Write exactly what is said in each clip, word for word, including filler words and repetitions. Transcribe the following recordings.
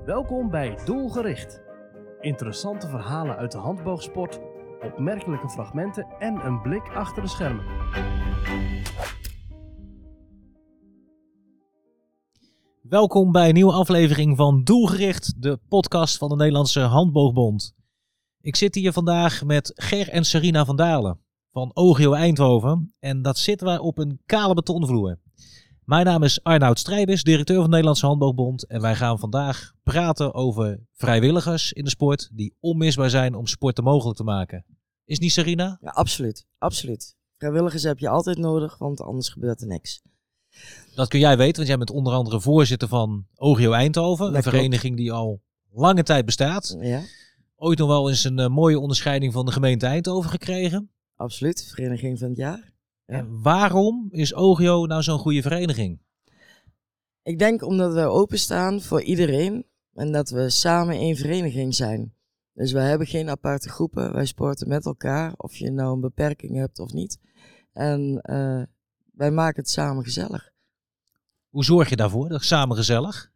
Welkom bij Doelgericht. Interessante verhalen uit de handboogsport, opmerkelijke fragmenten en een blik achter de schermen. Welkom bij een nieuwe aflevering van Doelgericht, de podcast van de Nederlandse Handboogbond. Ik zit hier vandaag met Ger en Sarina van Dalen van O G O Eindhoven en dat zitten wij op een kale betonvloer. Mijn naam is Arnoud Strijders, directeur van de Nederlandse Handboogbond en wij gaan vandaag praten over vrijwilligers in de sport die onmisbaar zijn om sporten mogelijk te maken. Is niet Sarina? Ja, absoluut. Absoluut. Vrijwilligers heb je altijd nodig, want anders gebeurt er niks. Dat kun jij weten, want jij bent onder andere voorzitter van O G O Eindhoven, Dat een klopt. vereniging die al lange tijd bestaat. Ja, Ooit nog wel eens een uh, mooie onderscheiding van de gemeente Eindhoven gekregen. absoluut. Vereniging van het jaar. Ja. En waarom is O G O nou zo'n goede vereniging? Ik denk omdat we openstaan voor iedereen en dat we samen één vereniging zijn. Dus wij hebben geen aparte groepen. Wij sporten met elkaar, of je nou een beperking hebt of niet. En uh, wij maken het samen gezellig. Hoe zorg je daarvoor? Dat is samen gezellig.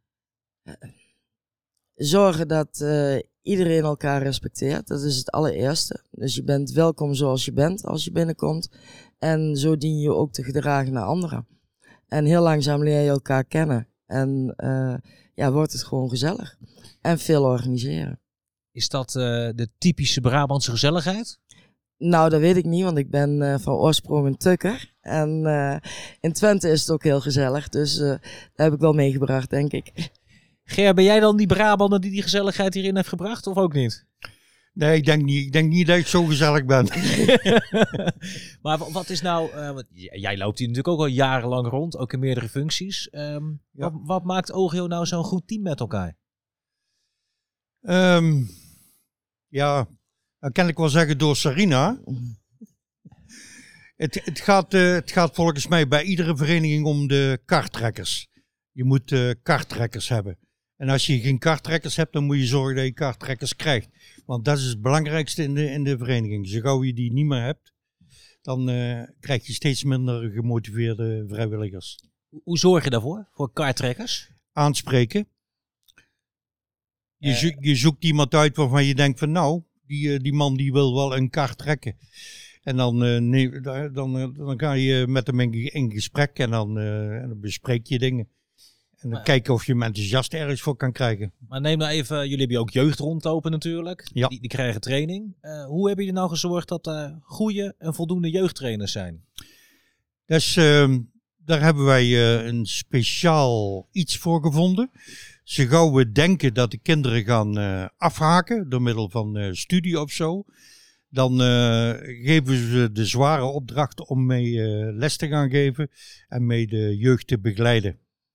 Zorgen dat uh, iedereen elkaar respecteert, dat is het allereerste. Dus je bent welkom zoals je bent als je binnenkomt. En zo dien je ook te gedragen naar anderen. En heel langzaam leer je elkaar kennen. En uh, ja, wordt het gewoon gezellig. En veel organiseren. Is dat uh, de typische Brabantse gezelligheid? Nou, dat weet ik niet, want ik ben uh, van oorsprong een Tukker. En uh, in Twente is het ook heel gezellig. Dus uh, dat heb ik wel meegebracht, denk ik. Ger, ben jij dan die Brabander die die gezelligheid hierin heeft gebracht, of ook niet? Nee, ik denk niet, ik denk niet dat ik zo gezellig ben. Maar wat is nou... Uh, want jij loopt hier natuurlijk ook al jarenlang rond, ook in meerdere functies. Um, Ja. wat, wat maakt O G O nou zo'n goed team met elkaar? Um, ja, dat kan ik wel zeggen door Sarina. Het, het, gaat, uh, het gaat volgens mij bij iedere vereniging om de karttrekkers. Je moet uh, karttrekkers hebben. En als je geen karttrekkers hebt, dan moet je zorgen dat je karttrekkers krijgt. Want dat is het belangrijkste in de, in de vereniging. Zo gauw je die niet meer hebt, dan uh, krijg je steeds minder gemotiveerde vrijwilligers. Hoe zorg je daarvoor, voor karttrekkers? Aanspreken. Je, Uh, zoek, je zoekt iemand uit waarvan je denkt van nou, die, die man die wil wel een kar trekken. En dan, uh, nee, dan, dan, dan ga je met hem in, in gesprek en dan, uh, en dan bespreek je dingen. En dan maar, kijken of je hem enthousiast ergens voor kan krijgen. Maar neem nou even, jullie hebben ook jeugd rondlopen natuurlijk. Ja. Die, die krijgen training. Uh, hoe hebben jullie nou gezorgd dat er goede en voldoende jeugdtrainers zijn? Dus uh, daar hebben wij uh, een speciaal iets voor gevonden. Zo gauw we denken dat de kinderen gaan uh, afhaken door middel van uh, studie of zo, dan uh, geven we ze de zware opdracht om mee uh, les te gaan geven en mee de jeugd te begeleiden.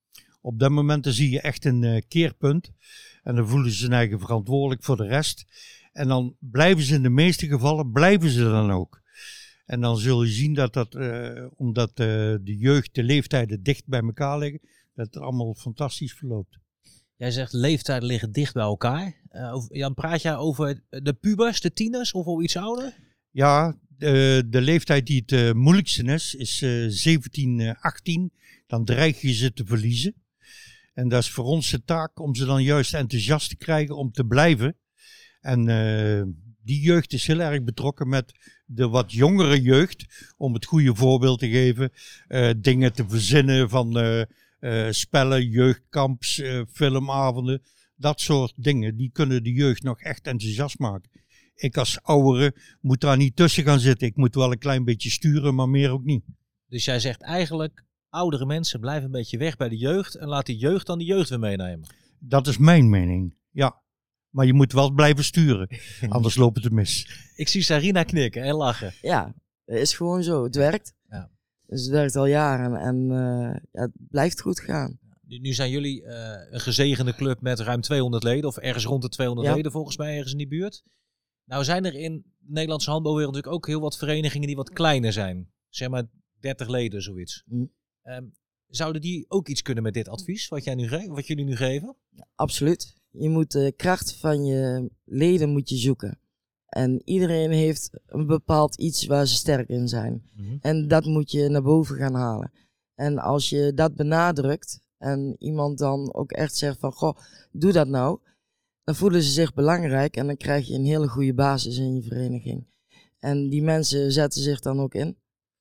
Op dat moment dan zie je echt een uh, keerpunt en dan voelen ze zich eigen verantwoordelijk voor de rest. En dan blijven ze in de meeste gevallen, blijven ze dan ook. En dan zul je zien dat dat, uh, omdat uh, de jeugd, de leeftijden dicht bij elkaar liggen, dat het allemaal fantastisch verloopt. Jij zegt leeftijden liggen dicht bij elkaar. Uh, over, Jan, praat jij over de pubers, de tieners of al iets ouder? Ja, de, de leeftijd die het uh, moeilijkste is, is uh, zeventien, achttien. Dan dreig je ze te verliezen. En dat is voor ons de taak om ze dan juist enthousiast te krijgen om te blijven. En uh, die jeugd is heel erg betrokken met de wat jongere jeugd. Om het goede voorbeeld te geven. Uh, dingen te verzinnen van uh, uh, spellen, jeugdkamps, uh, filmavonden. Dat soort dingen. Die kunnen de jeugd nog echt enthousiast maken. Ik als oudere moet daar niet tussen gaan zitten. Ik moet wel een klein beetje sturen, maar meer ook niet. Dus jij zegt eigenlijk, oudere mensen blijven een beetje weg bij de jeugd en laat die jeugd dan de jeugd weer meenemen. Dat is mijn mening, ja. Maar je moet wel blijven sturen, anders loopt het mis. Ik zie Sarina knikken en lachen. Ja, het is gewoon zo. Het werkt. Ja. Dus het werkt al jaren en uh, ja, het blijft goed gaan. Nu, nu zijn jullie uh, een gezegende club met ruim tweehonderd leden, of ergens rond de tweehonderd Ja. leden volgens mij, ergens in die buurt. Nou zijn er in de Nederlandse handbalwereld natuurlijk ook heel wat verenigingen die wat kleiner zijn. Zeg maar dertig leden, zoiets. Mm. Um, zouden die ook iets kunnen met dit advies, wat, jij nu ge- wat jullie nu geven? Ja, absoluut. Je moet de kracht van je leden moet je zoeken. En iedereen heeft een bepaald iets waar ze sterk in zijn. Mm-hmm. En dat moet je naar boven gaan halen. En als je dat benadrukt en iemand dan ook echt zegt van, goh, doe dat nou. Dan voelen ze zich belangrijk en dan krijg je een hele goede basis in je vereniging. En die mensen zetten zich dan ook in.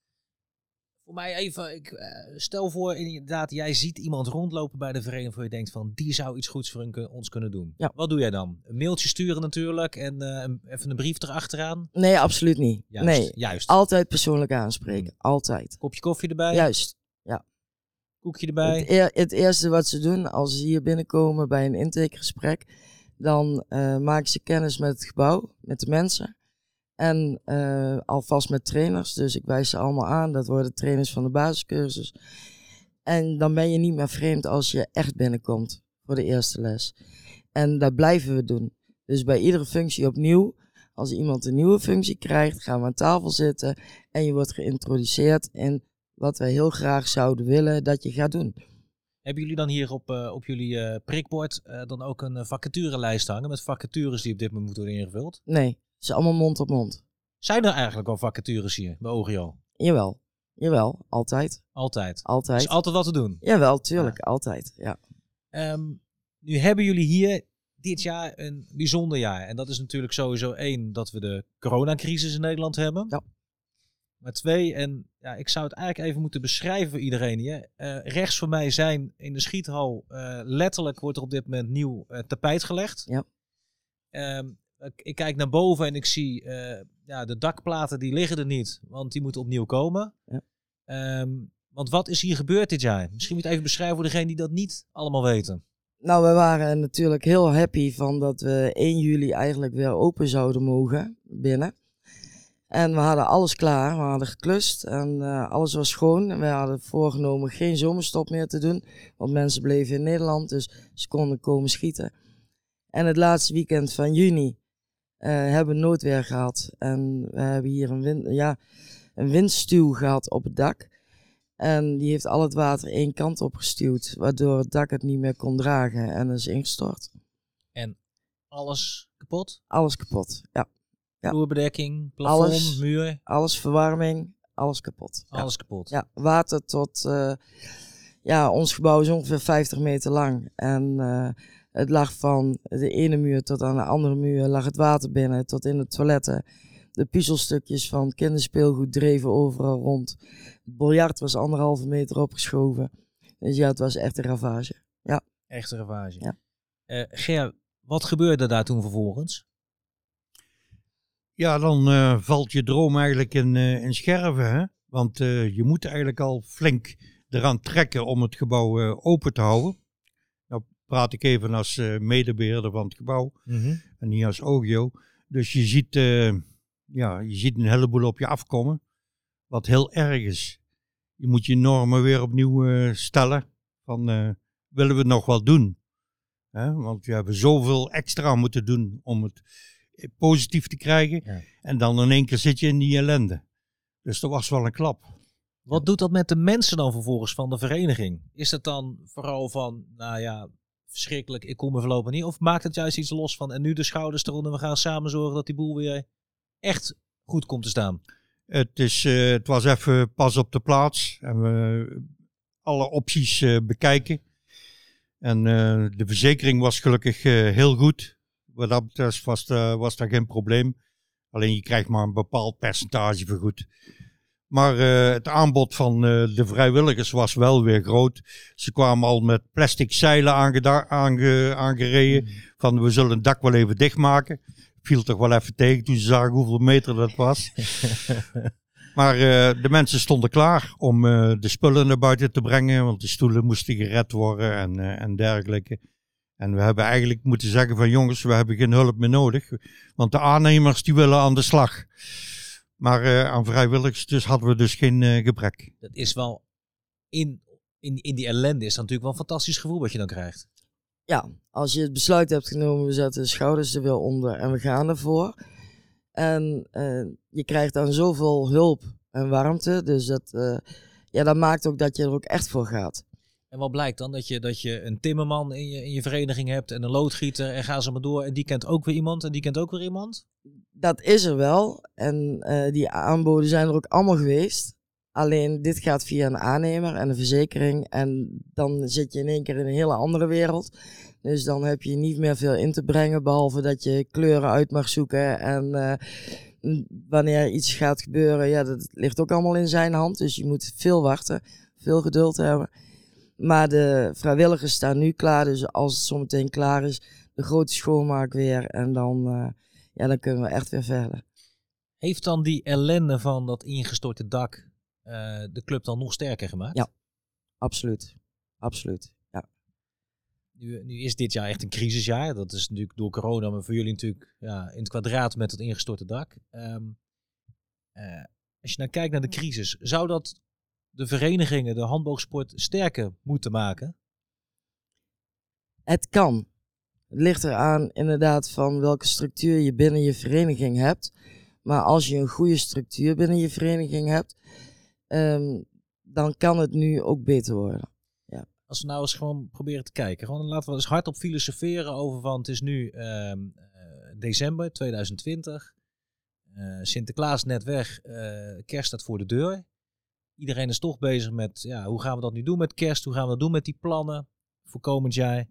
Voor mij even, ik, uh, stel voor inderdaad, jij ziet iemand rondlopen bij de vereniging waar je denkt van, die zou iets goeds voor hun kun- ons kunnen doen. Ja. Wat doe jij dan? Een mailtje sturen natuurlijk en uh, een, even een brief erachteraan? Nee, absoluut niet. Juist, nee, juist. altijd persoonlijk aanspreken. Altijd. Kopje koffie erbij? Juist. Koekje erbij? Het, eer, het eerste wat ze doen als ze hier binnenkomen bij een intakegesprek, dan uh, maken ze kennis met het gebouw, met de mensen. En uh, alvast met trainers, dus ik wijs ze allemaal aan. Dat worden trainers van de basiscursus. En dan ben je niet meer vreemd als je echt binnenkomt voor de eerste les. En dat blijven we doen. Dus bij iedere functie opnieuw, als iemand een nieuwe functie krijgt, gaan we aan tafel zitten en je wordt geïntroduceerd in wat wij heel graag zouden willen dat je gaat doen. Hebben jullie dan hier op, uh, op jullie uh, prikbord uh, dan ook een uh, vacaturelijst hangen met vacatures die op dit moment moeten worden ingevuld? Nee, het is allemaal mond op mond. Zijn er eigenlijk al vacatures hier bij O G O? Jawel, jawel, altijd. Altijd? Altijd. Er is altijd wat te doen? Jawel, tuurlijk, ja. Altijd, ja. Um, nu hebben jullie hier dit jaar een bijzonder jaar. En dat is natuurlijk sowieso één, dat we de coronacrisis in Nederland hebben. Ja. Maar twee, en ja, ik zou het eigenlijk even moeten beschrijven voor iedereen hier. Uh, rechts van mij zijn in de schiethal, uh, letterlijk wordt er op dit moment nieuw uh, tapijt gelegd. Ja. Um, ik, ik kijk naar boven en ik zie uh, ja, de dakplaten, die liggen er niet, want die moeten opnieuw komen. Ja. Um, want wat is hier gebeurd dit jaar? Misschien moet je het even beschrijven voor degenen die dat niet allemaal weten. Nou, we waren natuurlijk heel happy van dat we één juli eigenlijk weer open zouden mogen binnen. En we hadden alles klaar, we hadden geklust en uh, alles was schoon. We hadden voorgenomen geen zomerstop meer te doen, want mensen bleven in Nederland, dus ze konden komen schieten. En het laatste weekend van juni uh, hebben we noodweer gehad en we hebben hier een, wind, ja, een windstuw gehad op het dak. En die heeft al het water één kant op gestuwd, waardoor het dak het niet meer kon dragen en is ingestort. En alles kapot? Alles kapot, ja. Ja. Vloerbedekking, plafond, alles, muur? Alles, verwarming, alles kapot. Alles ja. kapot? Ja, water tot... Uh, ja, ons gebouw is ongeveer vijftig meter lang. En uh, het lag van de ene muur tot aan de andere muur lag het water binnen, tot in de toiletten. De puzzelstukjes van kinderspeelgoed dreven overal rond. Het biljart was anderhalve meter opgeschoven. Dus ja, het was echt een ravage. Ja. Echt een ravage. Ja. Uh, Ger, wat gebeurde daar toen vervolgens? Ja, dan uh, valt je droom eigenlijk in, uh, in scherven. Hè? Want uh, je moet eigenlijk al flink eraan trekken om het gebouw uh, open te houden. Nou praat ik even als uh, medebeheerder van het gebouw mm-hmm. en niet als O G O. Dus je ziet, uh, ja, je ziet een heleboel op je afkomen, wat heel erg is. Je moet je normen weer opnieuw uh, stellen van uh, willen we het nog wel doen? Hè? Want we hebben zoveel extra moeten doen om het positief te krijgen. Ja. En dan in één keer zit je in die ellende. Dus dat was wel een klap. Wat doet dat met de mensen dan vervolgens van de vereniging? Is het dan vooral van, nou ja, verschrikkelijk, ik kom er voorlopig niet? Of maakt het juist iets los van, en nu de schouders eronder, we gaan samen zorgen dat die boel weer echt goed komt te staan? Het, is, uh, het was even pas op de plaats. En we alle opties uh, bekijken. En uh, de verzekering was gelukkig uh, heel goed. Wat dat betreft was, uh, was dat geen probleem. Alleen je krijgt maar een bepaald percentage vergoed. Maar uh, het aanbod van uh, de vrijwilligers was wel weer groot. Ze kwamen al met plastic zeilen aangeda- aange- aangereden. Mm. Van we zullen het dak wel even dichtmaken. Viel toch wel even tegen toen ze zagen hoeveel meter dat was. Maar uh, de mensen stonden klaar om uh, de spullen naar buiten te brengen. Want de stoelen moesten gered worden en, uh, en dergelijke. En we hebben eigenlijk moeten zeggen van jongens, we hebben geen hulp meer nodig. Want de aannemers die willen aan de slag. Maar uh, aan vrijwilligers dus hadden we dus geen uh, gebrek. Dat is wel, in, in, in die ellende is dat natuurlijk wel een fantastisch gevoel wat je dan krijgt. Ja, als je het besluit hebt genomen, we zetten de schouders er weer onder en we gaan ervoor. En uh, je krijgt dan zoveel hulp en warmte. Dus dat, uh, ja, dat maakt ook dat je er ook echt voor gaat. En wat blijkt dan? Dat je, dat je een timmerman in je, in je vereniging hebt en een loodgieter en ga ze maar door. En die kent ook weer iemand en die kent ook weer iemand? Dat is er wel. En uh, die aanboden zijn er ook allemaal geweest. Alleen dit gaat via een aannemer en een verzekering. En dan zit je in één keer in een hele andere wereld. Dus dan heb je niet meer veel in te brengen. Behalve dat je kleuren uit mag zoeken. En uh, wanneer iets gaat gebeuren, ja, dat ligt ook allemaal in zijn hand. Dus je moet veel wachten. Veel geduld hebben. Maar de vrijwilligers staan nu klaar. Dus als het zometeen klaar is, de grote schoonmaak weer. En dan, uh, ja, dan kunnen we echt weer verder. Heeft dan die ellende van dat ingestorte dak uh, de club dan nog sterker gemaakt? Ja, absoluut. Absoluut, ja. Nu, nu is dit jaar echt een crisisjaar. Dat is natuurlijk door corona, maar voor jullie natuurlijk ja, in het kwadraat met het ingestorte dak. Um, uh, als je nou kijkt naar de crisis, zou dat de verenigingen, de handboogsport, sterker moeten maken? Het kan. Het ligt eraan inderdaad van welke structuur je binnen je vereniging hebt. Maar als je een goede structuur binnen je vereniging hebt, um, dan kan het nu ook beter worden. Ja. Als we nou eens gewoon proberen te kijken. Gewoon laten we eens hardop filosoferen over van het is nu um, uh, december tweeduizend twintig. Uh, Sinterklaas net weg. Uh, kerst staat voor de deur. Iedereen is toch bezig met ja, hoe gaan we dat nu doen met kerst? Hoe gaan we dat doen met die plannen voor komend jaar?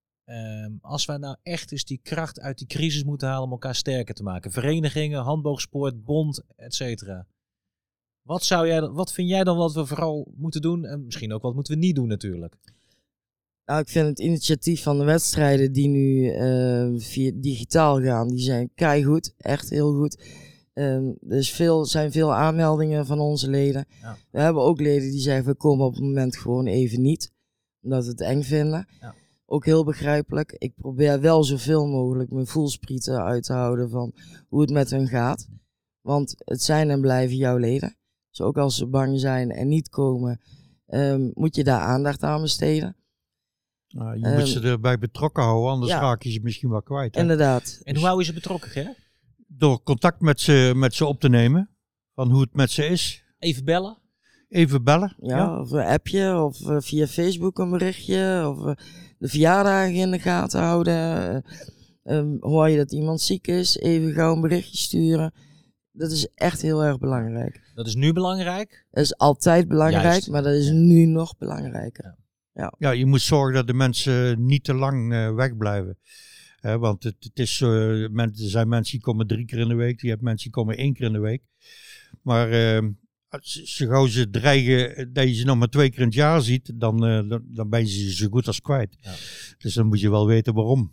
Um, als wij nou echt eens die kracht uit die crisis moeten halen om elkaar sterker te maken. Verenigingen, handboogsport, bond, et cetera. Wat, zou jij, wat vind jij dan wat we vooral moeten doen? En misschien ook wat moeten we niet doen natuurlijk? Nou, ik vind het initiatief van de wedstrijden die nu uh, via digitaal gaan, die zijn keigoed. Echt heel goed. Um, er is veel, zijn veel aanmeldingen van onze leden. Ja. We hebben ook leden die zeggen, we komen op het moment gewoon even niet. Omdat we het eng vinden. Ja. Ook heel begrijpelijk. Ik probeer wel zoveel mogelijk mijn voelsprieten uit te houden van hoe het met hun gaat. Want het zijn en blijven jouw leden. Dus ook als ze bang zijn en niet komen, um, moet je daar aandacht aan besteden. Nou, je um, moet ze erbij betrokken houden, anders ja. raak je ze misschien wel kwijt. Hè? Inderdaad. En hoe hou je ze betrokken, hè? Door contact met ze, met ze op te nemen, van hoe het met ze is. Even bellen? Even bellen. Ja, ja. of een appje, of uh, via Facebook een berichtje, of uh, de verjaardagen in de gaten houden. Uh, um, hoor je dat iemand ziek is, even gauw een berichtje sturen. Dat is echt heel erg belangrijk. Dat is nu belangrijk? Dat is altijd belangrijk, Juist. Maar dat is nu nog belangrijker. Ja. Ja. ja, je moet zorgen dat de mensen niet te lang uh, wegblijven. Uh, want het, het is, uh, men, er zijn mensen die komen drie keer in de week, je hebt mensen die komen één keer in de week. Maar uh, zo gauw ze dreigen dat je ze nog maar twee keer in het jaar ziet, dan, uh, dan, dan ben je ze zo goed als kwijt. Ja. Dus dan moet je wel weten waarom.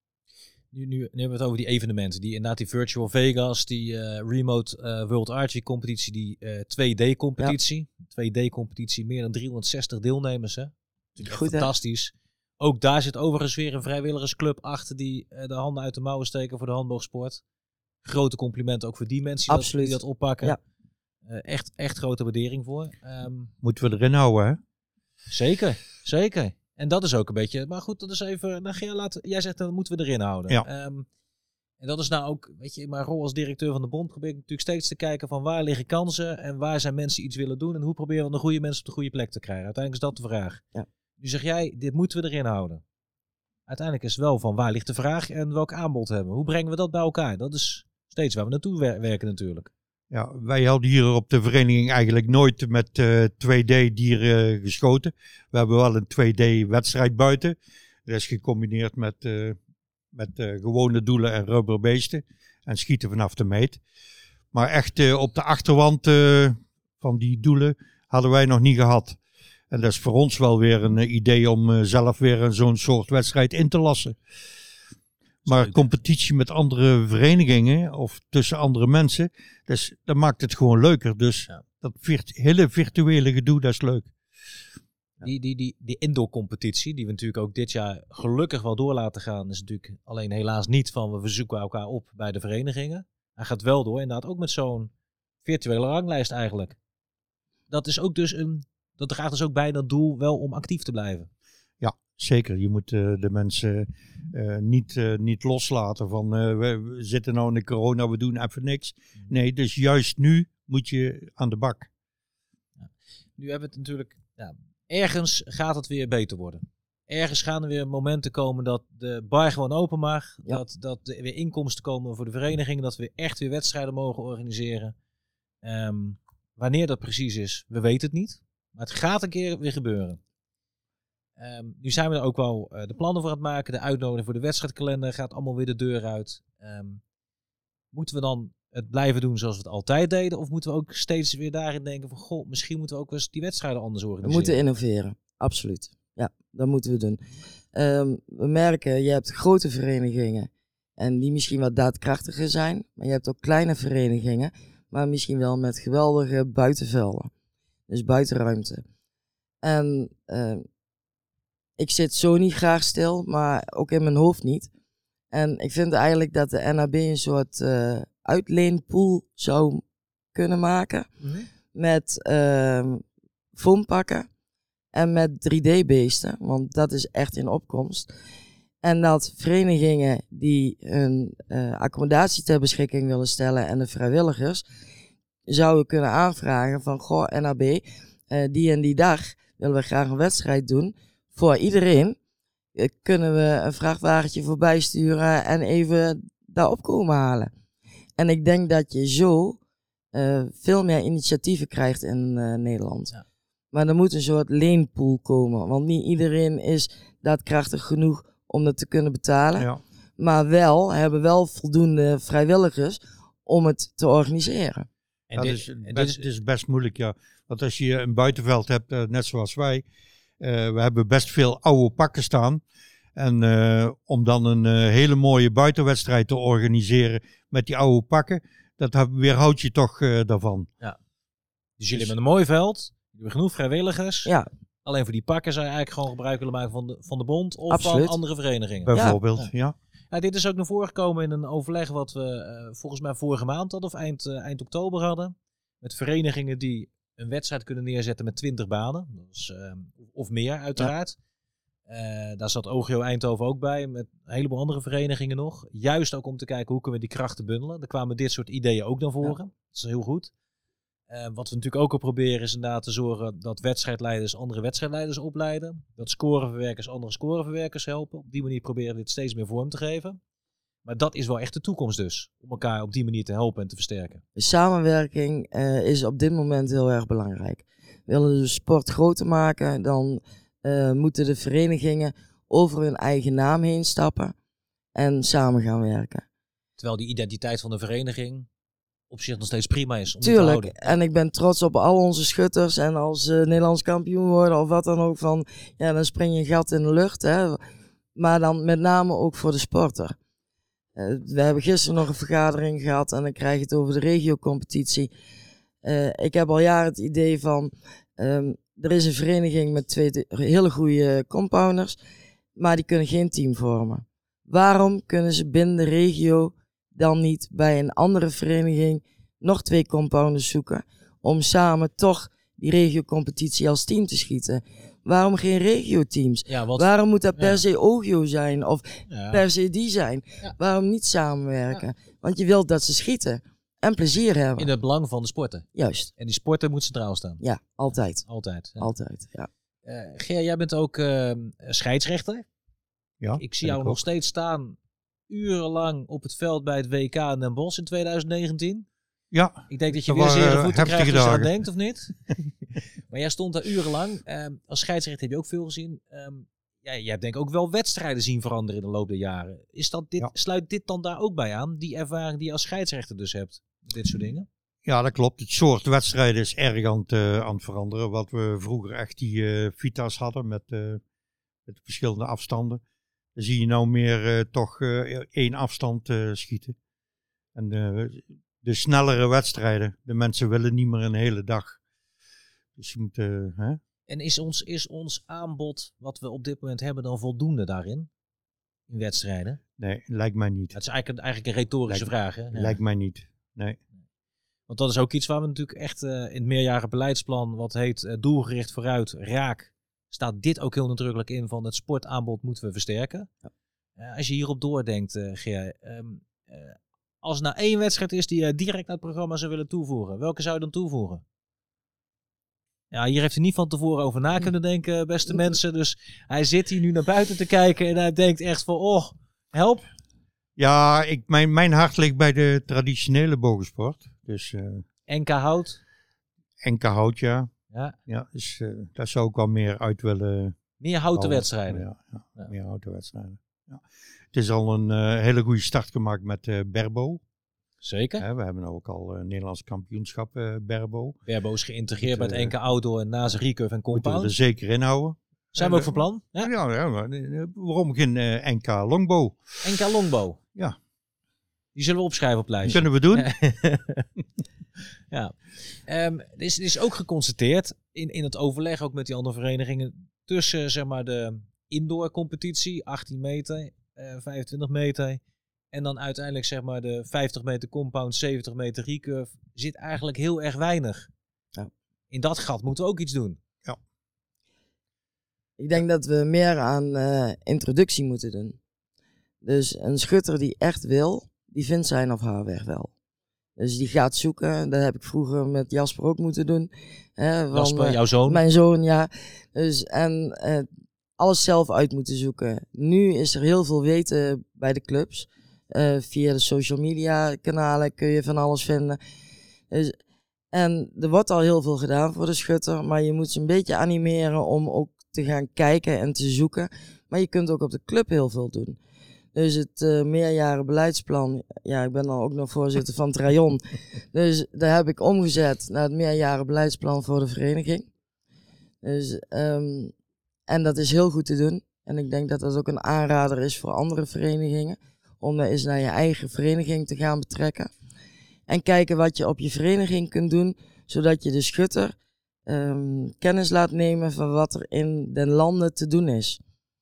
Nu, nu, nu hebben we het over die evenementen, die inderdaad die Virtual Vegas, die uh, Remote uh, World Archery competitie, die uh, twee D competitie. Ja. twee D competitie, meer dan driehonderdzestig deelnemers. Hè? Natuurlijk echt fantastisch. Hè? Ook daar zit overigens weer een vrijwilligersclub achter die uh, de handen uit de mouwen steken voor de handboogsport. Grote complimenten ook voor die mensen die, dat, die dat oppakken. Ja. Uh, echt, echt grote waardering voor. Um, Moeten we erin houden, hè? Zeker, zeker. En dat is ook een beetje, maar goed, dat is even, nou, jij, laat, jij zegt dat moeten we erin houden. Ja. Um, en dat is nou ook, weet je, in mijn rol als directeur van de bond probeer ik natuurlijk steeds te kijken van waar liggen kansen en waar zijn mensen iets willen doen en hoe proberen we de goede mensen op de goede plek te krijgen. Uiteindelijk is dat de vraag. Ja. Nu zeg jij, dit moeten we erin houden. Uiteindelijk is het wel van waar ligt de vraag en welk aanbod hebben we. Hoe brengen we dat bij elkaar? Dat is steeds waar we naartoe wer- werken natuurlijk. Ja, wij hadden hier op de vereniging eigenlijk nooit met uh, twee D dieren geschoten. We hebben wel een twee D wedstrijd buiten. Dat is gecombineerd met, uh, met uh, gewone doelen en rubberbeesten. En schieten vanaf de meet. Maar echt uh, op de achterwand uh, van die doelen hadden wij nog niet gehad. En dat is voor ons wel weer een uh, idee om uh, zelf weer een, zo'n soort wedstrijd in te lassen. Maar competitie met andere verenigingen of tussen andere mensen, dus, dat maakt het gewoon leuker. Dus ja. dat virt, hele virtuele gedoe, dat is leuk. Ja. Die, die, die, die indoor-competitie, die we natuurlijk ook dit jaar gelukkig wel door laten gaan, is natuurlijk alleen helaas niet van we verzoeken elkaar op bij de verenigingen. Hij gaat wel door, inderdaad ook met zo'n virtuele ranglijst eigenlijk. Dat is ook dus een, dat draagt dus ook bij dat doel wel om actief te blijven. Ja, zeker. Je moet uh, de mensen uh, niet, uh, niet loslaten van uh, we, we zitten nou in de corona, we doen even niks. Nee, dus juist nu moet je aan de bak. Ja. Nu hebben we het natuurlijk, ja, ergens gaat het weer beter worden. Ergens gaan er weer momenten komen dat de bar gewoon open mag. Ja. Dat, dat er weer inkomsten komen voor de vereniging. Dat we echt weer wedstrijden mogen organiseren. Um, Wanneer dat precies is, we weten het niet. Maar het gaat een keer weer gebeuren. Um, nu zijn we er ook wel uh, de plannen voor aan het maken. De uitnodiging voor de wedstrijdkalender gaat allemaal weer de deur uit. Um, moeten we dan het blijven doen zoals we het altijd deden? Of moeten we ook steeds weer daarin denken van... Goh, misschien moeten we ook eens die wedstrijden anders organiseren? We moeten innoveren, absoluut. Ja, dat moeten we doen. Um, we merken, je hebt grote verenigingen. En die misschien wat daadkrachtiger zijn. Maar je hebt ook kleine verenigingen. Maar misschien wel met geweldige buitenvelden. Dus buitenruimte. En uh, ik zit zo niet graag stil, maar ook in mijn hoofd niet. En ik vind eigenlijk dat de N A B een soort uh, uitleenpool zou kunnen maken. Mm-hmm. Met uh, foampakken en met drie D-beesten. Want dat is echt in opkomst. En dat verenigingen die hun uh, accommodatie ter beschikking willen stellen en de vrijwilligers zouden kunnen aanvragen van goh N A B, uh, die en die dag willen we graag een wedstrijd doen. Voor iedereen uh, kunnen we een vrachtwagentje voorbij sturen en even daar opkomen halen. En ik denk dat je zo uh, veel meer initiatieven krijgt in uh, Nederland. Ja. Maar er moet een soort leenpool komen, want niet iedereen is daadkrachtig genoeg om dat te kunnen betalen. Ja. Maar wel, hebben wel voldoende vrijwilligers om het te organiseren. En dat dit, is, best, dit is best moeilijk, ja. Want als je een buitenveld hebt, uh, net zoals wij, uh, we hebben best veel oude pakken staan. En uh, om dan een uh, hele mooie buitenwedstrijd te organiseren met die oude pakken, dat weerhoudt je toch uh, daarvan. Ja. Dus jullie hebben een mooi veld, jullie hebben genoeg vrijwilligers. Ja. Alleen voor die pakken zou je eigenlijk gewoon gebruik willen maken van de, van de bond of Absoluut. van andere verenigingen. Bijvoorbeeld, ja. ja. ja. Dit is ook naar voren gekomen in een overleg wat we uh, volgens mij vorige maand hadden of eind, uh, eind oktober hadden. Met verenigingen die een wedstrijd kunnen neerzetten met twintig banen. Dus, uh, of meer uiteraard. Ja. Uh, daar zat O G O Eindhoven ook bij met een heleboel andere verenigingen nog. Juist ook om te kijken hoe kunnen we die krachten bundelen. Daar kwamen dit soort ideeën ook naar voren. Ja. Dat is heel goed. Uh, wat we natuurlijk ook al proberen is inderdaad te zorgen dat wedstrijdleiders andere wedstrijdleiders opleiden. Dat scoreverwerkers andere scoreverwerkers helpen. Op die manier proberen we dit steeds meer vorm te geven. Maar dat is wel echt de toekomst dus. Om elkaar op die manier te helpen en te versterken. De samenwerking uh, is op dit moment heel erg belangrijk. Willen we de sport groter maken, dan uh, moeten de verenigingen over hun eigen naam heen stappen en samen gaan werken. Terwijl die identiteit van de vereniging op zich nog steeds prima is om Tuurlijk, te houden. En ik ben trots op al onze schutters en als uh, Nederlands kampioen worden of wat dan ook van, ja, dan spring je een gat in de lucht, hè. Maar dan met name ook voor de sporter. Uh, we hebben gisteren nog een vergadering gehad en dan krijg je het over de regiocompetitie. Uh, ik heb al jaren het idee van, um, er is een vereniging met twee te- hele goede compounders, maar die kunnen geen team vormen. Waarom kunnen ze binnen de regio dan niet bij een andere vereniging nog twee compounders zoeken om samen toch die regiocompetitie als team te schieten? Waarom geen regioteams? Ja, wat, Waarom moet dat per ja. se O G O zijn of ja. per se die zijn? Ja. Waarom niet samenwerken? Ja. Want je wilt dat ze schieten en plezier hebben. In het belang van de sporten. Juist. En die sporten moet centraal staan. Ja, altijd. Ja, altijd. Ja. Altijd, ja. Uh, Ger, jij bent ook uh, scheidsrechter. Ja. Ik zie jou nog ook steeds staan urenlang op het veld bij het W K in Den Bosch in twintig negentien. Ja. Ik denk dat je weer zere voeten krijgt als je aan denkt, of niet? Maar jij stond daar urenlang. Um, als scheidsrechter heb je ook veel gezien. Um, ja, jij hebt denk ik ook wel wedstrijden zien veranderen in de loop der jaren. Is dat dit, ja. Sluit dit dan daar ook bij aan? Die ervaring die je als scheidsrechter dus hebt? Dit soort dingen? Ja, dat klopt. Het soort wedstrijden is erg aan het, uh, aan het veranderen. Wat we vroeger echt die uh, vita's hadden met, uh, met verschillende afstanden. Dan zie je nou meer uh, toch uh, één afstand uh, schieten. En uh, de snellere wedstrijden. De mensen willen niet meer een hele dag. Dus je moet... Uh, hè? En is ons, is ons aanbod wat we op dit moment hebben dan voldoende daarin? In wedstrijden? Nee, lijkt mij niet. Het is eigenlijk, eigenlijk een retorische lijkt, vraag. Hè? Ja. Lijkt mij niet. Nee. Want dat is ook iets waar we natuurlijk echt uh, in het meerjarige beleidsplan, wat heet uh, doelgericht vooruit, raak, staat dit ook heel nadrukkelijk in van het sportaanbod moeten we versterken. Ja. Uh, als je hierop doordenkt, uh, Ger, um, uh, als er nou één wedstrijd is die je uh, direct naar het programma zou willen toevoegen, welke zou je dan toevoegen? Ja, hier heeft hij niet van tevoren over na kunnen denken, beste mensen. Dus hij zit hier nu naar buiten te kijken en hij denkt echt van, oh, help. Ja, ik, mijn, mijn hart ligt bij de traditionele bogensport. Dus, uh, N K hout? N K hout, ja. Ja. Ja, dus uh, daar zou ik wel meer uit willen. Meer houten Oh, wedstrijden. Ja, ja, Ja. meer houten wedstrijden. Ja. Het is al een uh, hele goede start gemaakt met uh, Berbo. Zeker. Hè, we hebben ook al uh, Nederlands kampioenschap uh, Berbo. Berbo is geïntegreerd bij Moet, het N K Outdoor en naast Recurve en Moeten we Compound. er zeker in houden. Zijn we ook van plan? Ja. Ja, ja, maar, uh, waarom geen uh, N K longbow? N K Longbow. Ja. Die zullen we opschrijven op het lijstje. Kunnen we doen. Ja. Um, er, is, er is ook geconstateerd in, in het overleg ook met die andere verenigingen tussen zeg maar de indoor competitie, achttien meter, uh, vijfentwintig meter en dan uiteindelijk zeg maar de vijftig meter compound, zeventig meter recurve, zit eigenlijk heel erg weinig. Ja. In dat gat moeten we ook iets doen. Ja. Ik denk dat we meer aan uh, introductie moeten doen. Dus een schutter die echt wil, die vindt zijn of haar weg wel. Dus die gaat zoeken. Dat heb ik vroeger met Jasper ook moeten doen. Hè, van, Jasper, uh, jouw zoon? Mijn zoon, ja. Dus, en uh, alles zelf uit moeten zoeken. Nu is er heel veel weten bij de clubs. Uh, via de social media kanalen kun je van alles vinden. Dus, en er wordt al heel veel gedaan voor de schutter. Maar je moet ze een beetje animeren om ook te gaan kijken en te zoeken. Maar je kunt ook op de club heel veel doen. Dus het uh, meerjaren beleidsplan, ja, ik ben dan ook nog voorzitter van het rayon. Dus daar heb ik omgezet naar het meerjaren beleidsplan voor de vereniging. Dus, um, en dat is heel goed te doen. En ik denk dat dat ook een aanrader is voor andere verenigingen. Om dat eens naar je eigen vereniging te gaan betrekken. En kijken wat je op je vereniging kunt doen, zodat je de schutter um, kennis laat nemen van wat er in de landen te doen is.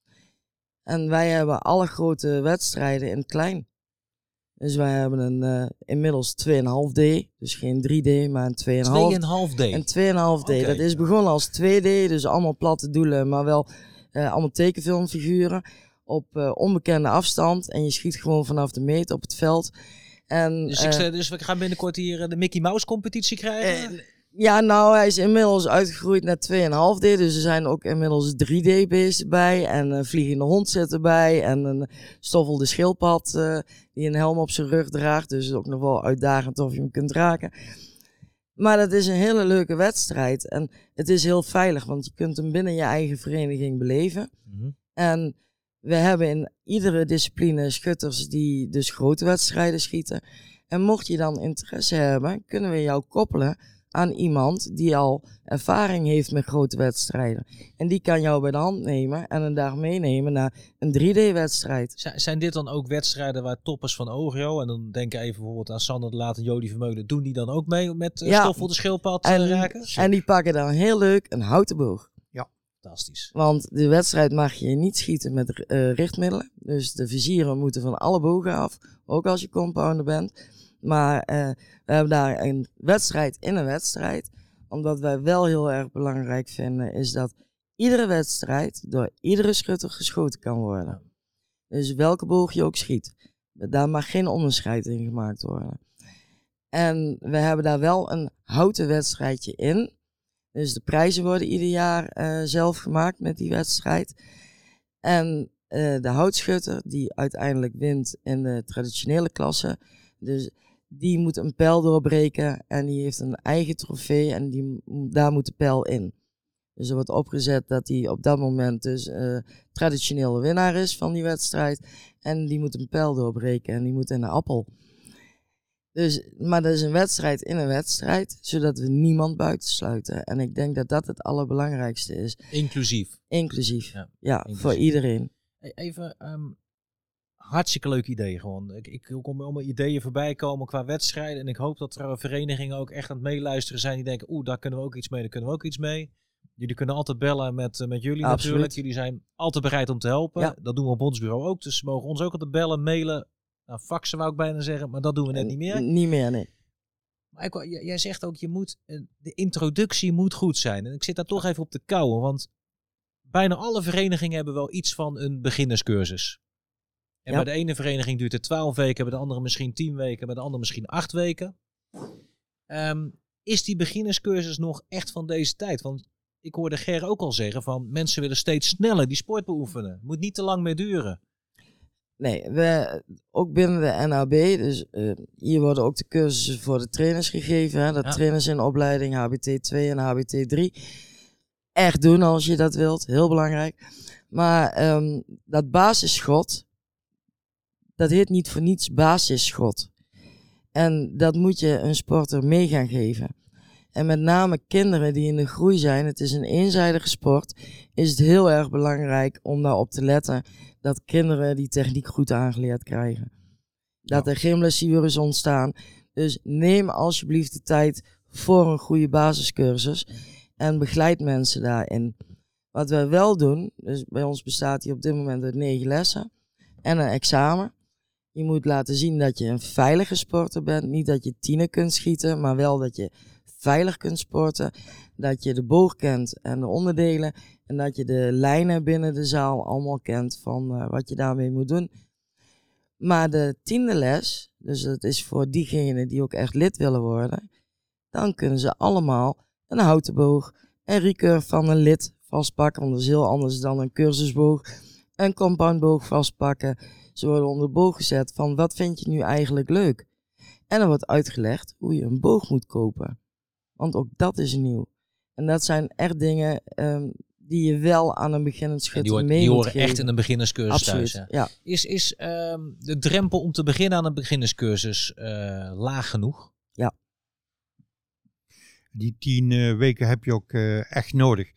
En wij hebben alle grote wedstrijden in het klein. Dus wij hebben een uh, inmiddels twee komma vijf D. Dus geen drie D, maar een twee komma vijf D. twee komma vijf D. Een twee komma vijf D. Okay. Dat is begonnen als twee D, dus allemaal platte doelen, maar wel uh, allemaal tekenfilmfiguren op uh, onbekende afstand. En je schiet gewoon vanaf de meet op het veld. En, dus, uh, ik, dus we gaan binnenkort hier de Mickey Mouse competitie krijgen? Uh, Ja, nou, hij is inmiddels uitgegroeid naar twee komma vijf D. Dus er zijn ook inmiddels drie D beesten bij. En een vliegende hond zit erbij. En een stoffelde schildpad uh, die een helm op zijn rug draagt. Dus het is ook nog wel uitdagend of je hem kunt raken. Maar dat is een hele leuke wedstrijd. En het is heel veilig, want je kunt hem binnen je eigen vereniging beleven. Mm-hmm. En we hebben in iedere discipline schutters die dus grote wedstrijden schieten. En mocht je dan interesse hebben, kunnen we jou koppelen aan iemand die al ervaring heeft met grote wedstrijden. En die kan jou bij de hand nemen en een dag meenemen naar een drie D-wedstrijd. Z- zijn dit dan ook wedstrijden waar toppers van Ogio, en dan denk ik even bijvoorbeeld aan Sander de Laat en Jody Vermeulen, doen die dan ook mee met uh, ja, Stoffel de schildpad uh, en, raken? En die pakken dan heel leuk een houten boog. Ja. Fantastisch. Want de wedstrijd mag je niet schieten met uh, richtmiddelen. Dus de vizieren moeten van alle bogen af, ook als je compounder bent. Maar uh, we hebben daar een wedstrijd in een wedstrijd. Omdat wij wel heel erg belangrijk vinden, is dat iedere wedstrijd door iedere schutter geschoten kan worden. Dus welke boog je ook schiet. Daar mag geen onderscheid in gemaakt worden. En we hebben daar wel een houten wedstrijdje in. Dus de prijzen worden ieder jaar uh, zelf gemaakt met die wedstrijd. En uh, de houtschutter die uiteindelijk wint in de traditionele klasse. Dus die moet een pijl doorbreken en die heeft een eigen trofee en die, daar moet de pijl in. Dus er wordt opgezet dat hij op dat moment dus uh, traditionele winnaar is van die wedstrijd. En die moet een pijl doorbreken en die moet in de appel. Dus, maar dat is een wedstrijd in een wedstrijd, zodat we niemand buitensluiten. En ik denk dat dat het allerbelangrijkste is. Inclusief. Inclusief, ja, ja inclusief. Voor iedereen. Even, um, hartstikke leuk idee gewoon. Ik, ik kom allemaal ideeën voorbij komen qua wedstrijden. En ik hoop dat er verenigingen ook echt aan het meeluisteren zijn die denken, oeh, daar kunnen we ook iets mee, daar kunnen we ook iets mee. Jullie kunnen altijd bellen met, met jullie Absoluut. Natuurlijk. Jullie zijn altijd bereid om te helpen. Ja. Dat doen we op ons bureau ook. Dus ze mogen ons ook altijd bellen, mailen. Nou, faxen wou ik bijna zeggen, maar dat doen we net niet meer. Niet meer, nee. Maar ik, jij zegt ook, je moet, de introductie moet goed zijn. En ik zit daar toch even op te kauwen, want bijna alle verenigingen hebben wel iets van een beginnerscursus. En ja. bij de ene vereniging duurt het twaalf weken, bij de andere misschien tien weken, bij de andere misschien acht weken. Um, is die beginnerscursus nog echt van deze tijd? Want ik hoorde Ger ook al zeggen van mensen willen steeds sneller die sport beoefenen. Moet niet te lang meer duren. Nee, we, ook binnen de N H B, dus uh, hier worden ook de cursussen voor de trainers gegeven. Hè, de Ja. trainers in opleiding H B T twee en H B T drie. Echt doen als je dat wilt, heel belangrijk. Maar um, dat basisschot, dat heet niet voor niets basisschot. En dat moet je een sporter mee gaan geven. En met name kinderen die in de groei zijn, het is een eenzijdige sport, is het heel erg belangrijk om daarop te letten dat kinderen die techniek goed aangeleerd krijgen. Dat Ja. er geen blessures ontstaan. Dus neem alsjeblieft de tijd voor een goede basiscursus en begeleid mensen daarin. Wat wij wel doen, dus bij ons bestaat hier op dit moment uit negen lessen en een examen. Je moet laten zien dat je een veilige sporter bent. Niet dat je tienen kunt schieten, maar wel dat je veilig kunt sporten. Dat je de boog kent en de onderdelen. En dat je de lijnen binnen de zaal allemaal kent van uh, wat je daarmee moet doen. Maar de tiende les, dus dat is voor diegenen die ook echt lid willen worden. Dan kunnen ze allemaal een houten boog, een recurve van een lid vastpakken. Want dat is heel anders dan een cursusboog. Een compoundboog vastpakken. Ze worden onder de boog gezet van wat vind je nu eigenlijk leuk. En er wordt uitgelegd hoe je een boog moet kopen. Want ook dat is nieuw. En dat zijn echt dingen um, die je wel aan een beginnend En schutter die, hoort, mee die moet horen geven. echt in een beginnerscursus Absoluut, thuis. Hè? ja. Is, is um, de drempel om te beginnen aan een beginnerscursus uh, laag genoeg? Ja. Die tien uh, weken heb je ook uh, echt nodig.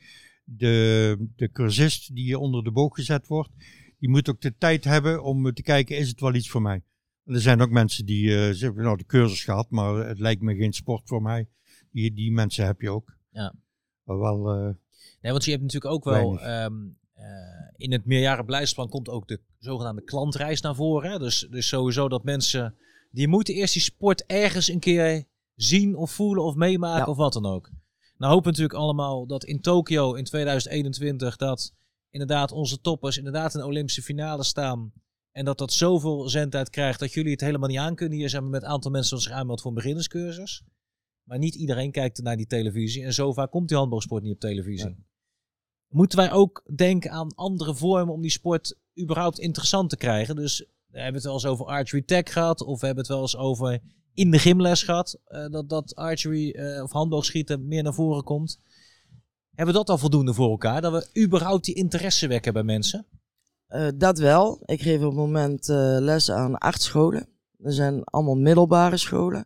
De, de cursist die onder de boog gezet wordt, die moet ook de tijd hebben om te kijken, is het wel iets voor mij? En er zijn ook mensen die uh, zeggen, nou de cursus gehad, maar het lijkt me geen sport voor mij. Die, die mensen heb je ook. Ja. Maar wel... Uh, nee, want je hebt natuurlijk ook wel... Um, uh, in het meerjarenbeleidsplan komt ook de zogenaamde klantreis naar voren. Hè? Dus, dus sowieso dat mensen... Die moeten eerst die sport ergens een keer zien of voelen of meemaken ja. of wat dan ook. Nou hopen we natuurlijk allemaal dat in Tokio in tweeduizend eenentwintig... dat inderdaad onze toppers inderdaad in de Olympische finale staan... En dat dat zoveel zendtijd krijgt dat jullie het helemaal niet aan kunnen. Hier zijn we met een aantal mensen dat zich aanmeldt voor een beginnerscursus. Maar niet iedereen kijkt naar die televisie. En zo vaak komt die handbalsport niet op televisie. Ja. Moeten wij ook denken aan andere vormen om die sport überhaupt interessant te krijgen? Dus we hebben het wel eens over archery tag gehad. Of we hebben het wel eens over in de gymles gehad. Uh, dat, dat archery uh, of handboogschieten meer naar voren komt. Hebben we dat al voldoende voor elkaar? Dat we überhaupt die interesse wekken bij mensen? Uh, dat wel. Ik geef op het moment uh, lessen aan acht scholen. Dat zijn allemaal middelbare scholen.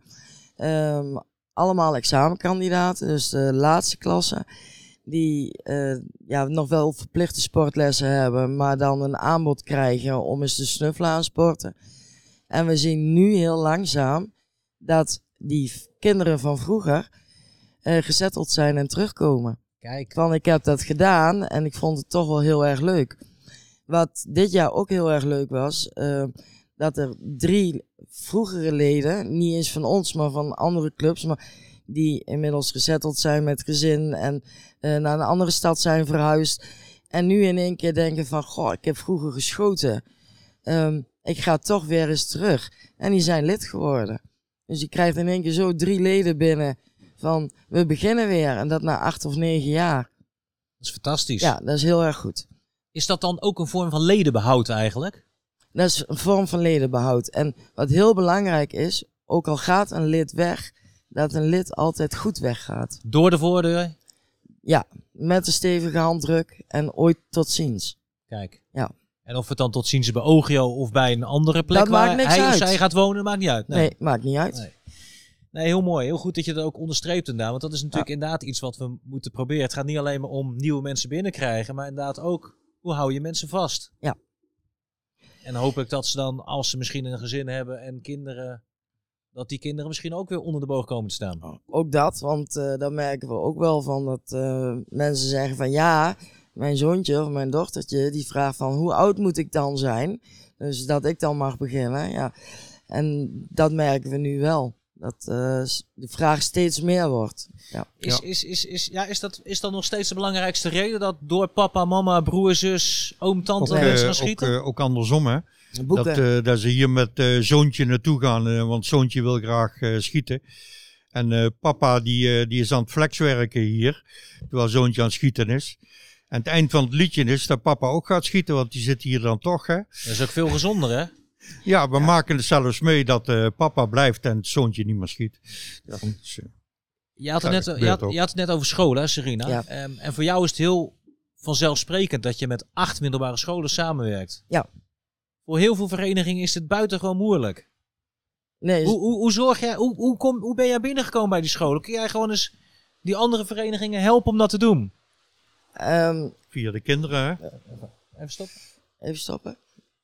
Um, allemaal examenkandidaten, dus de laatste klasse. Die uh, ja, nog wel verplichte sportlessen hebben, maar dan een aanbod krijgen om eens te snuffelen aan sporten. En we zien nu heel langzaam dat die kinderen van vroeger uh, gezetteld zijn en terugkomen. Kijk. Van ik heb dat gedaan en ik vond het toch wel heel erg leuk. Wat dit jaar ook heel erg leuk was, uh, dat er drie vroegere leden, niet eens van ons, maar van andere clubs, maar die inmiddels gezetteld zijn met gezin en uh, naar een andere stad zijn verhuisd. En nu in één keer denken van, goh, ik heb vroeger geschoten. Um, ik ga toch weer eens terug. En die zijn lid geworden. Dus je krijgt in één keer zo drie leden binnen van, we beginnen weer. En dat na acht of negen jaar. Dat is fantastisch. Ja, dat is heel erg goed. Is dat dan ook een vorm van ledenbehoud eigenlijk? Dat is een vorm van ledenbehoud. En wat heel belangrijk is, ook al gaat een lid weg, dat een lid altijd goed weggaat. Door de voordeur? Ja, met een stevige handdruk en ooit tot ziens. Kijk. Ja. En of het dan tot ziens bij Ogio of bij een andere plek dat waar maakt niks hij uit. of zij gaat wonen, maakt niet uit. Nee, nee maakt niet uit. Nee. nee, heel mooi. Heel goed dat je dat ook onderstreept inderdaad. Want dat is natuurlijk ja. inderdaad iets wat we moeten proberen. Het gaat niet alleen maar om nieuwe mensen binnenkrijgen, maar inderdaad ook, hoe hou je mensen vast? Ja. En hopelijk dat ze dan, als ze misschien een gezin hebben en kinderen, dat die kinderen misschien ook weer onder de boog komen te staan. Ook dat, want uh, dan merken we ook wel van dat uh, mensen zeggen van ja, mijn zoontje of mijn dochtertje die vraagt van hoe oud moet ik dan zijn? Dus dat ik dan mag beginnen. Ja. En dat merken we nu wel. Dat uh, de vraag steeds meer wordt. Ja. Is, is, is, is, ja, is, dat, is dat nog steeds de belangrijkste reden? Dat door papa, mama, broer, zus, oom, tante ook, mensen uh, gaan schieten? Ook, uh, ook andersom hè. Dat, uh, dat ze hier met uh, zoontje naartoe gaan. Uh, want zoontje wil graag uh, schieten. En uh, papa die, uh, die is aan het flexwerken hier. Terwijl zoontje aan het schieten is. En het eind van het liedje is dat papa ook gaat schieten, want die zit hier dan toch. Hè? Dat is ook veel gezonder, hè? Ja, we ja. maken het zelfs mee dat uh, papa blijft en het zoontje niet meer schiet. Ja. Dus, uh, je, had het net, je, had, je had het net over scholen, hè, Serena. Ja. Um, en voor jou is het heel vanzelfsprekend dat je met acht middelbare scholen samenwerkt. Ja. Voor heel veel verenigingen is het buitengewoon moeilijk. Nee, hoe, hoe, hoe, zorg jij, hoe, hoe, kom, hoe ben jij binnengekomen bij die scholen? Kun jij gewoon eens die andere verenigingen helpen om dat te doen? Um, Via de kinderen, hè? Even stoppen. Even stoppen.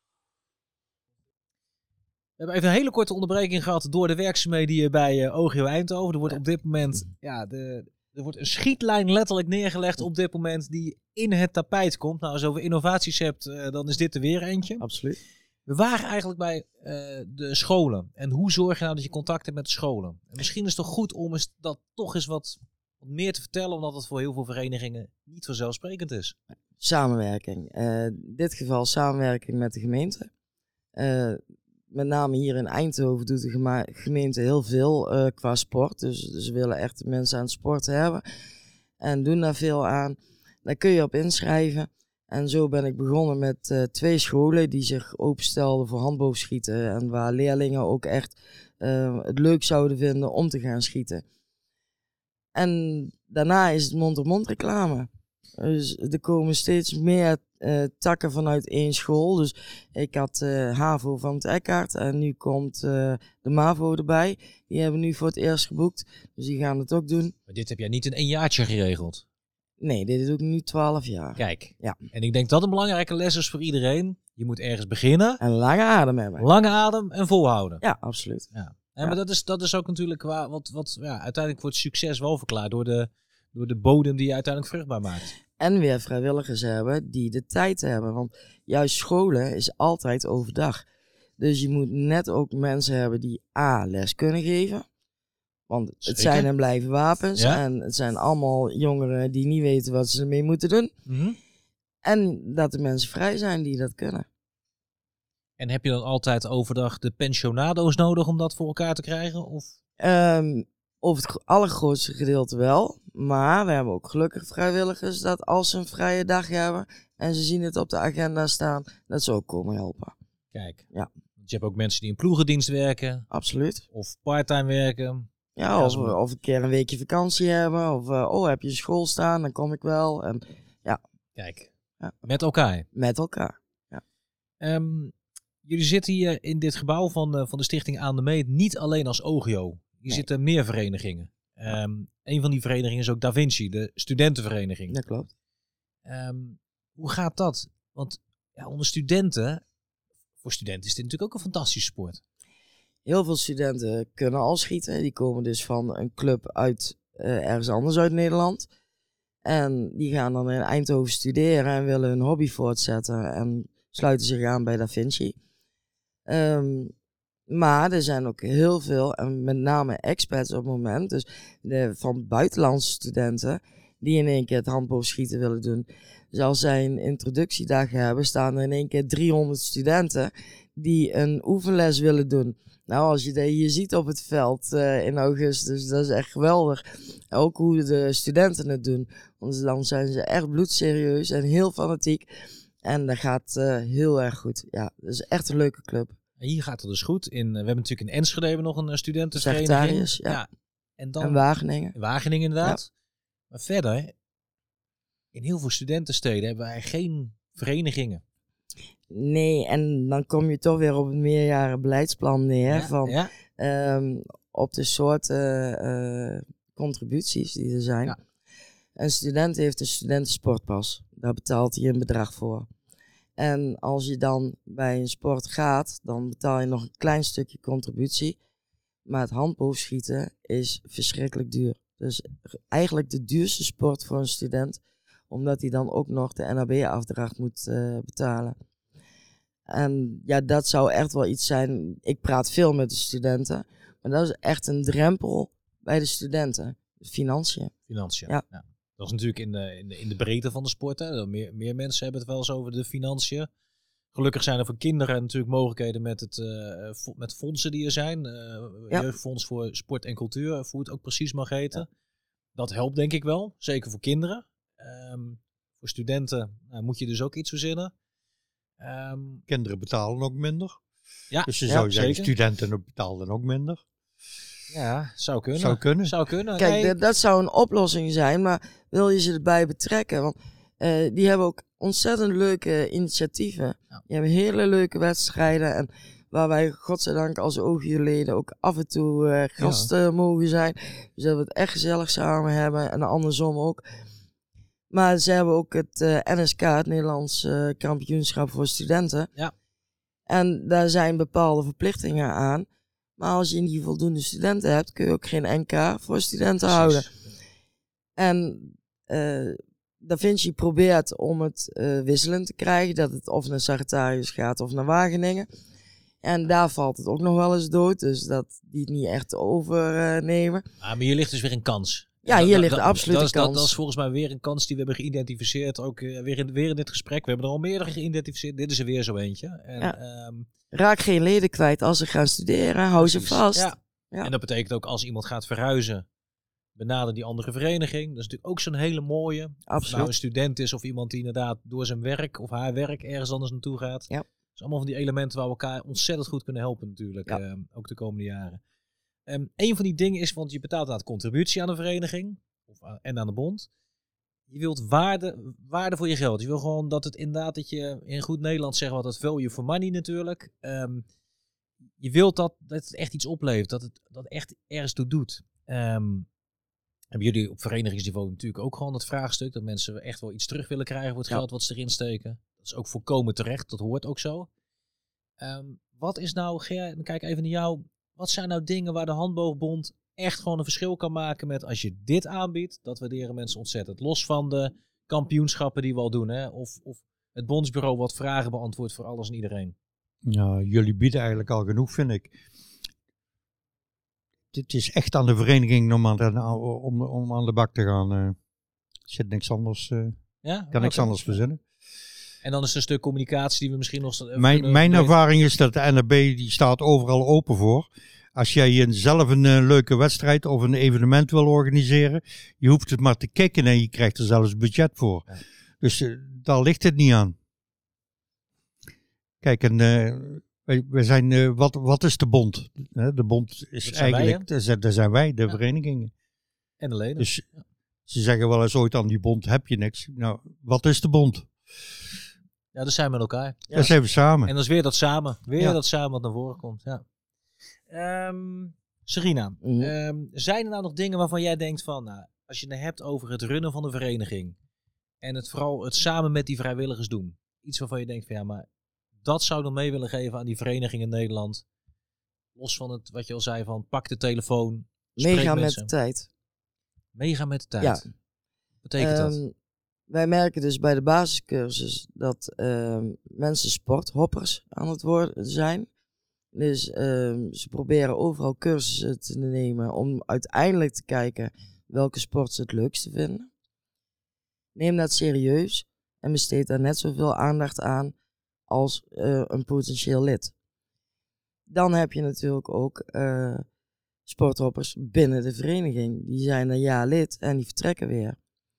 We hebben even een hele korte onderbreking gehad door de werkzaamheden hier bij uh, O G O Eindhoven. Er wordt op dit moment, ja, de, er wordt een schietlijn letterlijk neergelegd op dit moment die in het tapijt komt. Nou, als je over innovaties hebt, uh, dan is dit er weer eentje. Absoluut. We waren eigenlijk bij uh, de scholen. En hoe zorg je nou dat je contact hebt met de scholen? En misschien is het toch goed om eens dat toch eens wat, wat meer te vertellen, omdat het voor heel veel verenigingen niet vanzelfsprekend is. Samenwerking. Uh, in dit geval samenwerking met de gemeente. Uh, met name hier in Eindhoven doet de gema- gemeente heel veel uh, qua sport. Dus, dus ze willen echt de mensen aan het sporten hebben. En doen daar veel aan. Daar kun je op inschrijven. En zo ben ik begonnen met uh, twee scholen die zich openstelden voor handboogschieten. En waar leerlingen ook echt uh, het leuk zouden vinden om te gaan schieten. En daarna is het mond-op-mond reclame. Dus er komen steeds meer uh, takken vanuit één school. Dus ik had uh, HAVO van het Eckaert en nu komt uh, de MAVO erbij. Die hebben nu voor het eerst geboekt, dus die gaan het ook doen. Maar dit heb jij niet in één jaartje geregeld? Nee, dit doe ik nu twaalf jaar. Kijk, ja. En ik denk dat een belangrijke les is voor iedereen. Je moet ergens beginnen. En lange adem hebben. Lange adem en volhouden. Ja, absoluut. Ja. En ja. Maar dat is, dat is ook natuurlijk waar, wat, wat ja, uiteindelijk wordt succes wel verklaard door de, door de bodem die je uiteindelijk vruchtbaar maakt. En weer vrijwilligers hebben die de tijd hebben. Want juist scholen is altijd overdag. Dus je moet net ook mensen hebben die A, les kunnen geven. Want het Zeker. zijn en blijven wapens. Ja. En het zijn allemaal jongeren die niet weten wat ze ermee moeten doen. Mm-hmm. En dat de mensen vrij zijn die dat kunnen. En heb je dan altijd overdag de pensionado's nodig om dat voor elkaar te krijgen? Of? Um, over het allergrootste gedeelte wel. Maar we hebben ook gelukkig vrijwilligers dat als ze een vrije dag hebben en ze zien het op de agenda staan, dat ze ook komen helpen. Kijk, ja. Je hebt ook mensen die in ploegendienst werken. Absoluut. Of parttime werken. Ja, ja of, of een keer een weekje vakantie hebben. Of uh, oh, heb je school staan, dan kom ik wel. En, ja. Kijk, ja. Met elkaar. Met elkaar, ja. Um, jullie zitten hier in dit gebouw van, uh, van de Stichting Aan de Meet niet alleen als O G O. Hier nee. zitten meer verenigingen. Um, een van die verenigingen is ook Da Vinci, de studentenvereniging. Dat klopt. Um, hoe gaat dat? Want ja, onder studenten, voor studenten is dit natuurlijk ook een fantastische sport. Heel veel studenten kunnen al schieten. Die komen dus van een club uit uh, ergens anders uit Nederland. En die gaan dan in Eindhoven studeren en willen hun hobby voortzetten. En sluiten zich aan bij Da Vinci. Um, maar er zijn ook heel veel, en met name expats op het moment, dus de, van buitenlandse studenten, die in één keer het handboogschieten willen doen. Dus als zij een introductiedag hebben, staan er in één keer driehonderd studenten die een oefenles willen doen. Nou, als je dat hier ziet op het veld uh, in augustus, dat is echt geweldig. Ook hoe de studenten het doen. Want dan zijn ze echt bloedserieus en heel fanatiek. En dat gaat uh, heel erg goed. Ja, dat is echt een leuke club. En hier gaat het dus goed. In, we hebben natuurlijk in Enschede nog een studentenvereniging. Secretarius, ja. ja. En, dan, en Wageningen. Wageningen inderdaad. Ja. Maar verder, in heel veel studentensteden hebben wij geen verenigingen. Nee, en dan kom je toch weer op het meerjaren beleidsplan neer. Ja, van, ja. Um, op de soorten uh, contributies die er zijn. Ja. Een student heeft een studentensportpas. Daar betaalt hij een bedrag voor. En als je dan bij een sport gaat, dan betaal je nog een klein stukje contributie. Maar het handboogschieten is verschrikkelijk duur. Dus eigenlijk de duurste sport voor een student. Omdat hij dan ook nog de N A B-afdracht moet uh, betalen. En ja, dat zou echt wel iets zijn. Ik praat veel met de studenten. Maar dat is echt een drempel bij de studenten. Financiën. Financiën, ja. ja. Dat is natuurlijk in de, in de, in de breedte van de sport. Hè. Meer, meer mensen hebben het wel eens over de financiën. Gelukkig zijn er voor kinderen natuurlijk mogelijkheden met, het, uh, vo- met fondsen die er zijn. Uh, ja. Jeugdfonds voor sport en cultuur, hoe het ook precies mag heten. Ja. Dat helpt denk ik wel, zeker voor kinderen. Um, Voor studenten nou, moet je dus ook iets verzinnen. Um, Kinderen betalen ook minder. Ja, dus je ja, zou zeggen, zeker. studenten betalen ook minder. Ja, zou kunnen. Zou kunnen. Zou kunnen. Kijk, nee. dat, dat zou een oplossing zijn, maar wil je ze erbij betrekken? Want uh, die hebben ook ontzettend leuke initiatieven. Ja. Die hebben hele leuke wedstrijden en waar wij godzijdank als O G O-leden ook af en toe uh, gasten ja. mogen zijn. Dus dat we het echt gezellig samen hebben en andersom ook. Maar ze hebben ook het uh, N S K, het Nederlands uh, kampioenschap voor studenten. Ja. En daar zijn bepaalde verplichtingen aan. Maar als je niet voldoende studenten hebt, kun je ook geen N K voor studenten Precies. houden. En uh, Da Vinci probeert om het uh, wisselend te krijgen. Dat het of naar Sagittarius gaat of naar Wageningen. En daar valt het ook nog wel eens dood. Dus dat die het niet echt overnemen. Uh, ah, maar hier ligt dus weer een kans. Ja, hier ligt absoluut een kans. Dat, dat is volgens mij weer een kans die we hebben geïdentificeerd. Ook uh, weer, in, weer in dit gesprek. We hebben er al meerdere geïdentificeerd. Dit is er weer zo eentje. En, ja. um, Raak geen leden kwijt als ze gaan studeren. Hou Precies. ze vast. Ja. Ja. En dat betekent ook als iemand gaat verhuizen. Benader die andere vereniging. Dat is natuurlijk ook zo'n hele mooie. Absoluut. Of nou een student is of iemand die inderdaad door zijn werk of haar werk ergens anders naartoe gaat. Ja. Dat is allemaal van die elementen waar we elkaar ontzettend goed kunnen helpen natuurlijk. Ja. Uh, ook de komende jaren. Um, een van die dingen is, want je betaalt inderdaad contributie aan de vereniging. Of aan, en aan de bond. Je wilt waarde, waarde voor je geld. Je wil gewoon dat het inderdaad, dat je in goed Nederlands zegt wat dat value for money natuurlijk. Um, je wilt dat, dat het echt iets oplevert. Dat het dat echt ergens toe doet. Um, hebben jullie op verenigingsniveau natuurlijk ook gewoon het vraagstuk. Dat mensen echt wel iets terug willen krijgen voor het ja. geld wat ze erin steken. Dat is ook volkomen terecht. Dat hoort ook zo. Um, wat is nou, Ger, dan kijk even naar jou. Wat zijn nou dingen waar de Handboogbond echt gewoon een verschil kan maken met als je dit aanbiedt? Dat waarderen mensen ontzettend. Los van de kampioenschappen die we al doen. Hè? Of, of het bondsbureau wat vragen beantwoordt voor alles en iedereen. Ja, jullie bieden eigenlijk al genoeg, vind ik. Het is echt aan de vereniging om aan, om, om aan de bak te gaan. Uh, zit niks anders, uh, ja? kan okay. niks anders verzinnen. En dan is een stuk communicatie die we misschien nog... Mijn, mijn ervaring is dat de N R B die staat overal open voor. Als jij zelf een uh, leuke wedstrijd of een evenement wil organiseren, je hoeft het maar te kijken en je krijgt er zelfs budget voor. Ja. Dus uh, daar ligt het niet aan. Kijk, en uh, wij, wij zijn, uh, wat, wat is de bond? Uh, de bond is dat eigenlijk, wij, dat, dat zijn wij, de ja. verenigingen. En de leden. Dus ja. ze zeggen wel eens ooit aan die bond heb je niks. Nou, wat is de bond? Ja, dat zijn we met elkaar. Ja. Dat zijn we samen. En dat is weer dat samen. Weer ja. dat samen wat naar voren komt. Ja. Um, Serena, mm-hmm. um, zijn er nou nog dingen waarvan jij denkt van, nou, als je het hebt over het runnen van de vereniging en het vooral het samen met die vrijwilligers doen. Iets waarvan je denkt van ja, maar dat zou ik dan mee willen geven aan die vereniging in Nederland. Los van het, wat je al zei van, pak de telefoon. Meegaan met de tijd. Meegaan met de tijd. Ja. Betekent um, dat? Wij merken dus bij de basiscursus dat um, mensen sporthoppers aan het worden zijn. Dus um, ze proberen overal cursussen te nemen om uiteindelijk te kijken welke sport ze het leukste vinden. Neem dat serieus en besteed daar net zoveel aandacht aan als uh, een potentieel lid. Dan heb je natuurlijk ook uh, sporthoppers binnen de vereniging. Die zijn een jaar lid en die vertrekken weer.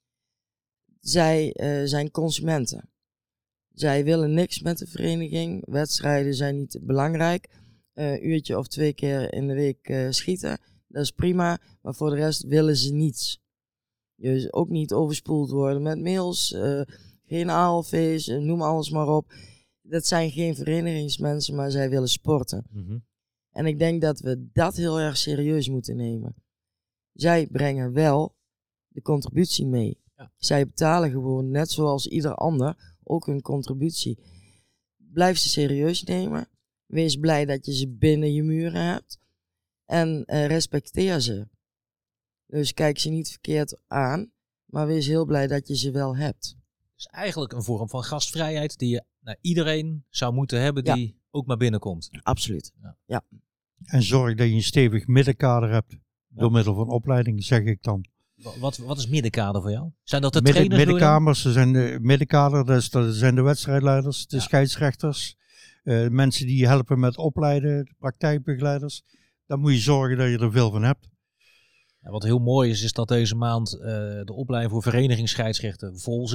Zij uh, zijn consumenten. Zij willen niks met de vereniging. Wedstrijden zijn niet belangrijk. Een uh, uurtje of twee keer in de week uh, schieten, dat is prima. Maar voor de rest willen ze niets. Dus ook niet overspoeld worden met mails, uh, geen A L V's, uh, noem alles maar op. Dat zijn geen verenigingsmensen, maar zij willen sporten. Mm-hmm. En ik denk dat we dat heel erg serieus moeten nemen. Zij brengen wel de contributie mee. Ja. Zij betalen gewoon, net zoals ieder ander, ook hun contributie. Blijf ze serieus nemen. Wees blij dat je ze binnen je muren hebt. En uh, respecteer ze. Dus kijk ze niet verkeerd aan. Maar wees heel blij dat je ze wel hebt. Dus eigenlijk een vorm van gastvrijheid die je naar iedereen zou moeten hebben die ja. ook maar binnenkomt. Absoluut. Ja. Ja. En zorg dat je een stevig middenkader hebt. Ja. Door middel van opleiding, zeg ik dan. Wat, wat is middenkader voor jou? Zijn dat de Midden, trainers? Middenkamers, ze zijn de middenkader, dat, is, dat zijn de wedstrijdleiders, de ja. scheidsrechters. Uh, mensen die je helpen met opleiden, de praktijkbegeleiders. Dan moet je zorgen dat je er veel van hebt. Ja, wat heel mooi is, is dat deze maand uh, de opleiding voor verenigingsscheidsrechten vol zit.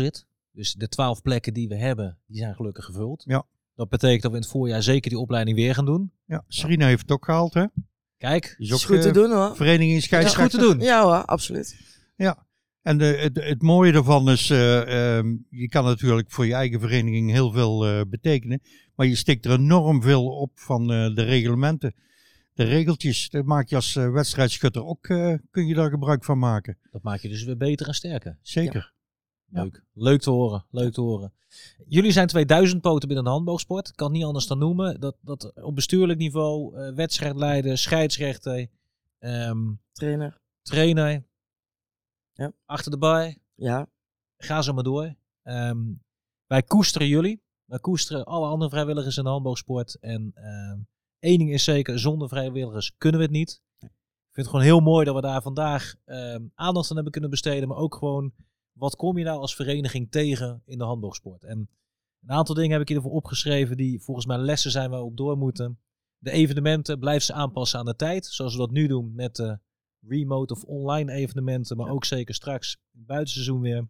Dus de twaalf plekken die we hebben, die zijn gelukkig gevuld. Ja. Dat betekent dat we in het voorjaar zeker die opleiding weer gaan doen. Ja, Serena heeft het ook gehaald, hè? Kijk, Die is, is goed uh, te doen hoor. Vereniging dat is scheidsrechter. goed te doen. Ja hoor, absoluut. Ja. En de, het, het mooie daarvan is, uh, um, je kan natuurlijk voor je eigen vereniging heel veel uh, betekenen. Maar je stikt er enorm veel op van uh, de reglementen. De regeltjes, daar maak je als uh, wedstrijdschutter ook, uh, kun je daar gebruik van maken. Dat maakt je dus weer beter en sterker. Zeker. Ja. Leuk. Leuk te horen. Leuk te horen. Jullie zijn twee duizendpoten binnen de handboogsport. Ik kan het niet anders dan noemen. Dat, dat op bestuurlijk niveau, uh, wedstrijd leiden, scheidsrechter, um, Trainer. trainer, ja. achter de baai. Ja. Ga zo maar door. Um, wij koesteren jullie. Wij koesteren alle andere vrijwilligers in de handboogsport. En um, één ding is zeker, zonder vrijwilligers kunnen we het niet. Ik vind het gewoon heel mooi dat we daar vandaag um, aandacht aan hebben kunnen besteden. Maar ook gewoon, wat kom je nou als vereniging tegen in de handboogsport? En een aantal dingen heb ik hiervoor opgeschreven die volgens mij lessen zijn waar we op door moeten. De evenementen, blijf ze aanpassen aan de tijd. Zoals we dat nu doen met de remote of online evenementen. Maar ook zeker straks in het buitenseizoen weer.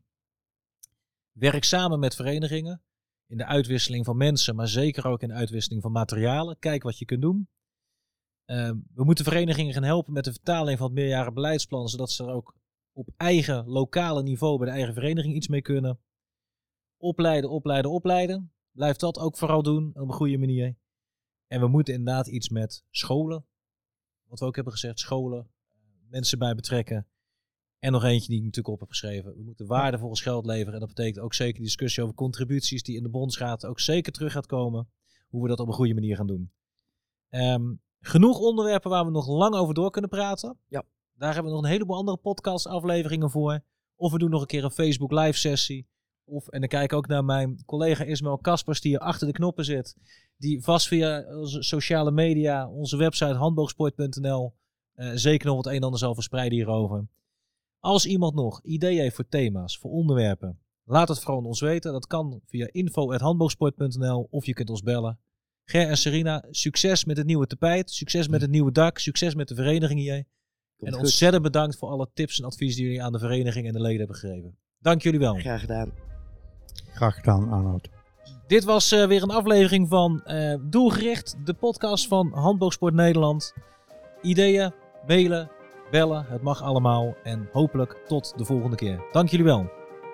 Werk samen met verenigingen. In de uitwisseling van mensen, maar zeker ook in de uitwisseling van materialen. Kijk wat je kunt doen. Uh, we moeten verenigingen gaan helpen met de vertaling van het meerjaren beleidsplan. Zodat ze er ook op eigen lokale niveau bij de eigen vereniging iets mee kunnen. Opleiden, opleiden, opleiden. Blijf dat ook vooral doen op een goede manier. En we moeten inderdaad iets met scholen. Wat we ook hebben gezegd, scholen. Mensen bij betrekken. En nog eentje die ik natuurlijk op heb geschreven. We moeten waardevolle geld leveren. En dat betekent ook zeker die discussie over contributies die in de bondsraad ook zeker terug gaat komen. Hoe we dat op een goede manier gaan doen. Um, genoeg onderwerpen waar we nog lang over door kunnen praten. Ja. Daar hebben we nog een heleboel andere podcast afleveringen voor. Of we doen nog een keer een Facebook live sessie. Of, en dan kijk ik ook naar mijn collega Ismael Kaspers die hier achter de knoppen zit. Die vast via onze sociale media, onze website handboogsport punt n l uh, zeker nog wat een en ander zal verspreiden hierover. Als iemand nog ideeën heeft voor thema's, voor onderwerpen, laat het vooral ons weten. Dat kan via info at handboogsport punt n l of je kunt ons bellen. Ger en Serena, succes met het nieuwe tapijt. Succes met het nieuwe dak. Succes met de vereniging hier. Komt en goed. ontzettend bedankt voor alle tips en advies die jullie aan de vereniging en de leden hebben gegeven. Dank jullie wel. Graag gedaan. Graag gedaan, Arnoud. Dit was uh, weer een aflevering van uh, Doelgericht, de podcast van Handboogsport Nederland. Ideeën, mailen, bellen, het mag allemaal. En hopelijk tot de volgende keer. Dank jullie wel.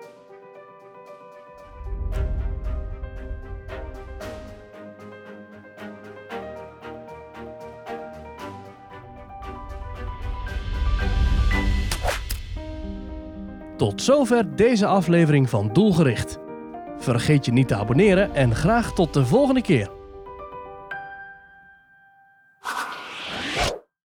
Tot zover deze aflevering van Doelgericht. Vergeet je niet te abonneren en graag tot de volgende keer.